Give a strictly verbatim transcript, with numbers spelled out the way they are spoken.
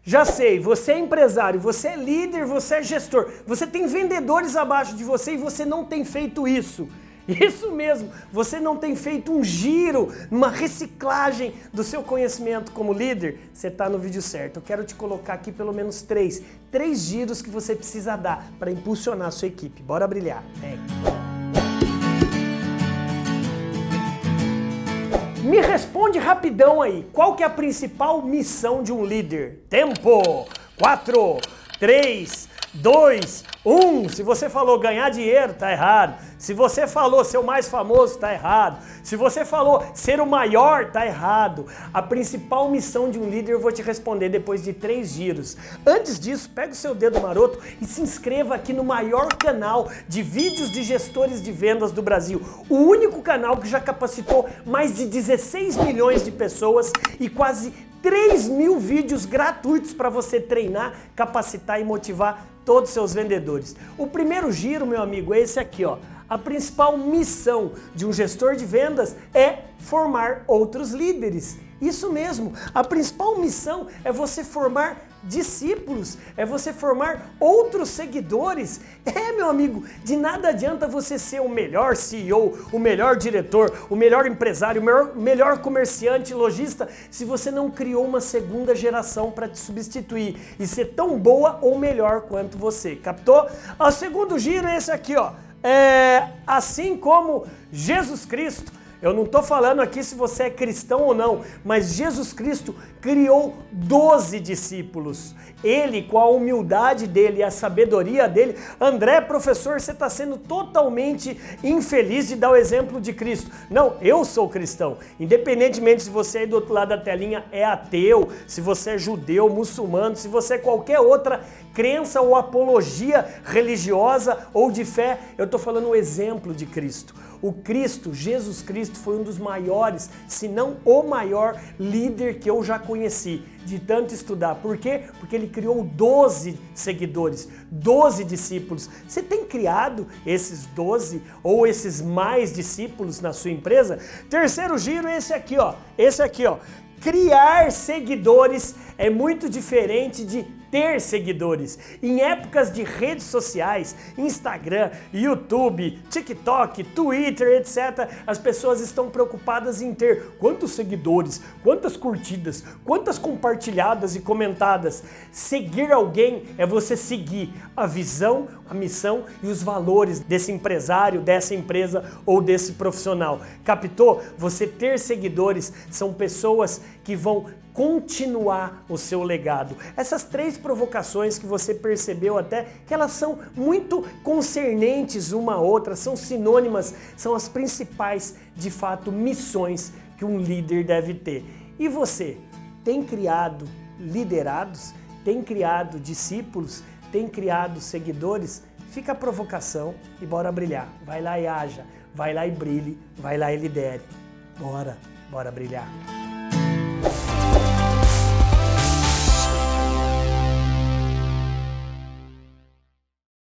Já sei, você é empresário, você é líder, você é gestor, você tem vendedores abaixo de você e você não tem feito isso. Isso mesmo, você não tem feito um giro, uma reciclagem do seu conhecimento como líder, você está no vídeo certo. Eu quero te colocar aqui pelo menos três, três giros que você precisa dar para impulsionar a sua equipe. Bora brilhar, vem! Me responde rapidão aí, qual que é a principal missão de um líder? Tempo! quatro, três, dois, um. Se você falou ganhar dinheiro, tá errado. Se você falou ser o mais famoso, tá errado. Se você falou ser o maior, tá errado. A principal missão de um líder eu vou te responder depois de três giros. Antes disso, pega o seu dedo maroto e se inscreva aqui no maior canal de vídeos de gestores de vendas do Brasil. O único canal que já capacitou mais de dezesseis milhões de pessoas e quase três mil vídeos gratuitos para você treinar, capacitar e motivar todos os seus vendedores. O primeiro giro, meu amigo, é esse aqui, ó. A principal missão de um gestor de vendas é formar outros líderes. Isso mesmo, a principal missão é você formar discípulos, é você formar outros seguidores. É, meu amigo, de nada adianta você ser o melhor C E O, o melhor diretor, o melhor empresário, o melhor, melhor comerciante, lojista, se você não criou uma segunda geração para te substituir e ser tão boa ou melhor quanto você. Captou? O segundo giro é esse aqui, ó. É, assim como Jesus Cristo, eu não estou falando aqui se você é cristão ou não, mas Jesus Cristo criou doze discípulos. Ele, com a humildade dele e a sabedoria dele, André, professor, você está sendo totalmente infeliz de dar o exemplo de Cristo. Não, eu sou cristão. Independentemente se você aí do outro lado da telinha é ateu, se você é judeu, muçulmano, se você é qualquer outra crença ou apologia religiosa ou de fé, eu estou falando o exemplo de Cristo. O Cristo, Jesus Cristo, foi um dos maiores, se não o maior líder que eu já conheci, de tanto estudar. Por quê? Porque ele criou doze seguidores, doze discípulos. Você tem criado esses doze ou esses mais discípulos na sua empresa? Terceiro giro é esse aqui, ó. Esse aqui, ó. Criar seguidores é muito diferente de ter seguidores. Em épocas de redes sociais, Instagram, YouTube, TikTok, Twitter, etcétera, as pessoas estão preocupadas em ter quantos seguidores, quantas curtidas, quantas compartilhadas e comentadas. Seguir alguém é você seguir a visão, a missão e os valores desse empresário, dessa empresa ou desse profissional. Captou? Você ter seguidores são pessoas que vão continuar o seu legado. Essas três provocações que você percebeu até que elas são muito concernentes uma a outra, são sinônimas, são as principais, de fato, missões que um líder deve ter. E você, tem criado liderados? Tem criado discípulos? Tem criado seguidores? Fica a provocação e bora brilhar. Vai lá e haja, vai lá e brilhe, vai lá e lidere. Bora, bora brilhar.